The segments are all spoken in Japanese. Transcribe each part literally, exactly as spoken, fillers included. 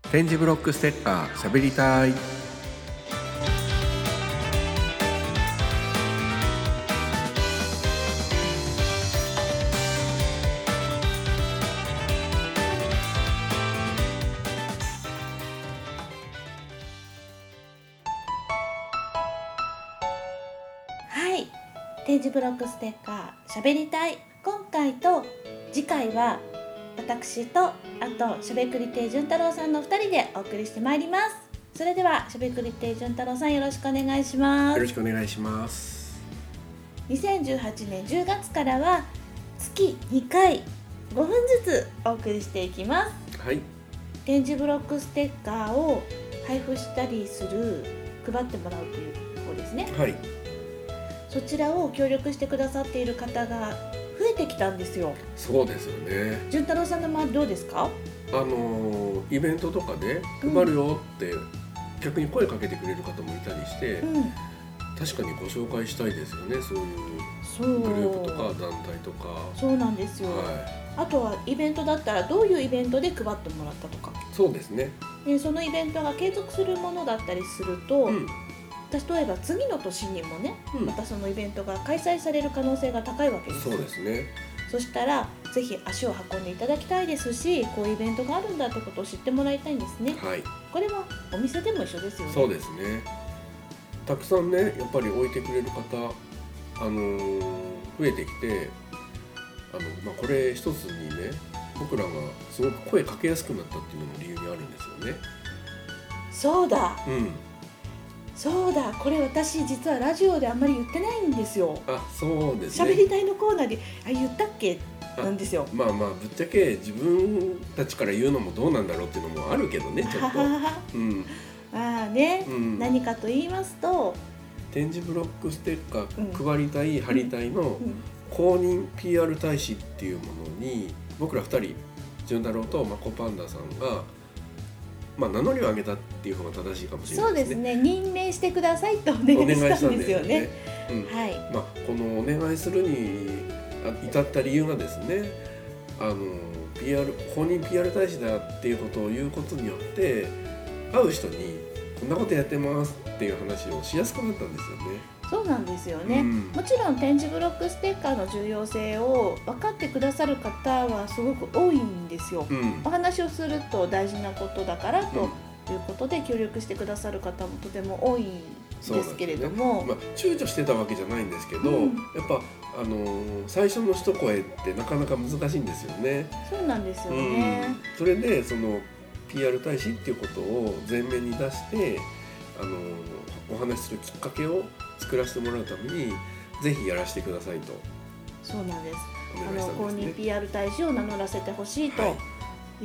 点字ブロックステッカーしゃべりたい。 はい、点字ブロックステッカーしゃべりたい。今回と次回は私とあとしゃべくり亭潤太郎さんのふたりでお送りしてまいります。それではしゃべくり亭潤太郎さん、よろしくお願いします。 よろしくお願いします。 にせんじゅうはちねんじゅうがつからは月にかいごふんずつお送りしていきます。 はい。 点字ブロックステッカーを配布したりする、配ってもらうという方ですね。 はい。 そちらを協力してくださっている方が増えてきたんですよ。 そうですよね。 潤太郎さんの周りどうですか？ あのイベントとかで配るよって逆に声かけてくれる方もいたりして、 うん、 確かにご紹介したいですよね。そういうそうグループとか団体とか。 そうなんですよ、 はあとはイベントだったらどういうイベントで配ってもらったとか、 い。そうですね。 でそのイベントが継続するものだったりすると、 うん。 例えば次の年にもね、 うんまたそのイベントが開催される可能性が高いわけです。 そうですね。 そしたらぜひ足を運んでいただきたいですし、こういうイベントがあるんだってことを知ってもらいたいんですね。 はい。 これはお店でも一緒ですよね。 そうですね。たくさんね、やっぱり置いてくれる方、あのー増えてきて、あの、まあ、これ一つにね、僕らがすごく声かけやすくなったっていうのも理由にあるんですよね。 そうだうん。 そうだこれ私実はラジオであんまり言ってないんですよ。 あ、そうですしゃべね。 りたいのコーナーであ言ったっけなんですよ。 まあまあぶっちゃけ自分たちから言うのもどうなんだろうっていうのもあるけどね、ちょっと。うん。 ああね、 うん、 何かと言いますと、 点字ブロックステッカーうん配りたい、貼りたいのうん公認 ピーアール 大使っていうものに僕らふたり、潤太郎とマコパンダさんが、まあ、名乗りを上げたっていう方が正しいかもしれなそういですね。 ですね、任命してくださいとお願いしたんですよね。 うん、 はい、 まあ、このお願いするに至った理由がですね、あの ピーアール 公認 ピーアール 大使だっていうことを言うことによって会う人にこんなことやってますっていう話をしやすくなったんですよね。 そうなんですよね、 うん、 もちろん点字ブロックステッカーの重要性を分かってくださる方はすごく多いんですよ、 うん、 お話をすると大事なことだからということで協力してくださる方もとても多いんですけれども、 ね、まあ、躊躇してたわけじゃないんですけど、 うん、 やっぱ、あのー、最初の一声ってなかなか難しいんですよね。 そうなんですよね、 うん、それでその ピーアール 大使っていうことを前面に出して、あのー、お話しするきっかけを作らせてもらうためにぜひやらせてくださいと。 そうなんです。 お願いしたんですね。 あの公認 ピーアール 大使を名乗らせてほしいと、 はい、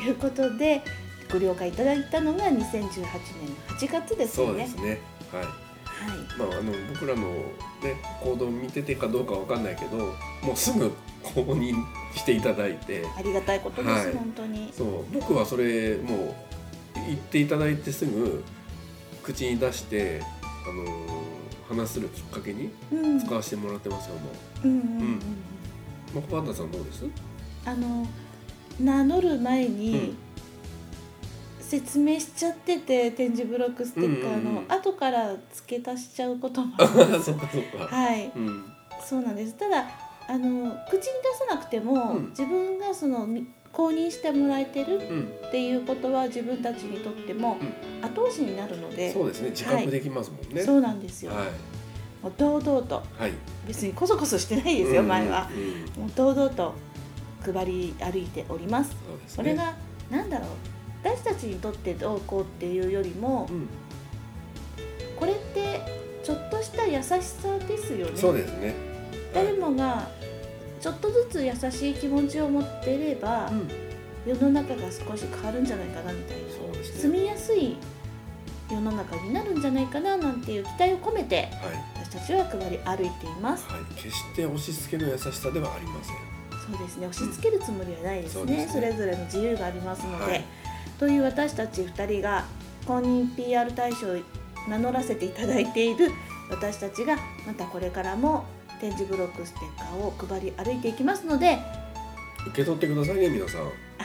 いうことでご了解いただいたのがにせんじゅうはちねんのはちがつですよね。 そうですね。はい。 はい。 まあ、あの僕らの、ね、行動を見ててかどうかわかんないけど、もうすぐ公認していただいて、 ありがたいことです、 はい、 本当に。 そう僕はそれもう言っていただいてすぐ口に出して、あのー、話するきっかけに使わせてもらってますよ、もう。 うんうんうんうん。 マコパンダさんどうです？ あの名乗る前うにん説明しちゃってて、点字ブロックステッカーうんうんうんの後から付け足しちゃうこともあるんです。 そっかそっか。 はい、 うん、 そうなんです。ただあの口に出さなくても、 うん自分がその公認してもらえてるうんっていうことは自分たちにとっても後押しになるので、 そうですね。自覚できますもんね。 そうなんですよ、 はいもう堂々と、 はい。 別にこそこそしてないですよ、前は。 うんうんうん、 もう堂々と配り歩いております。 そうですね。 これがなんだろう、私たちにとってどうこうっていうよりも、 うん、 これってちょっとした優しさですよね。 そうですね。 誰もがちょっとずつ優しい気持ちを持っていれば、 うん、 世の中が少し変わるんじゃないかなみたいな、 そうですね。 住みやすい世の中になるんじゃないかななんていう期待を込めて、 はい私たちは配り歩いています。 はい。決して押し付けの優しさではありません。 そうですね、押し付けるつもりはないですね。 うん、そうですね。 それぞれの自由がありますので、 はい、 という私たちふたりが公認 ピーアール 大使を名乗らせていただいている私たちが、またこれからも点字ブロックステッカーを配り歩いていきますので、 受け取ってくださいね、皆さん。 は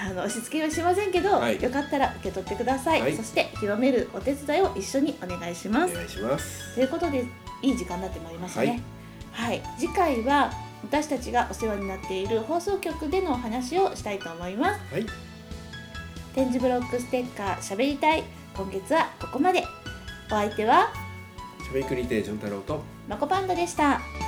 あの押し付けはしませんけど、はい、よかったら受け取ってください、はい、そして広めるお手伝いを一緒にお願いします。 お願いします。 ということでいい時間になってまいりましたね。はい、はい、次回は私たちがお世話になっている放送局でのお話をしたいと思います。 はい、 点字ブロックステッカーしゃべりたい、今月はここまで。お相手はしゃべくり亭潤太郎とまこパンダでした。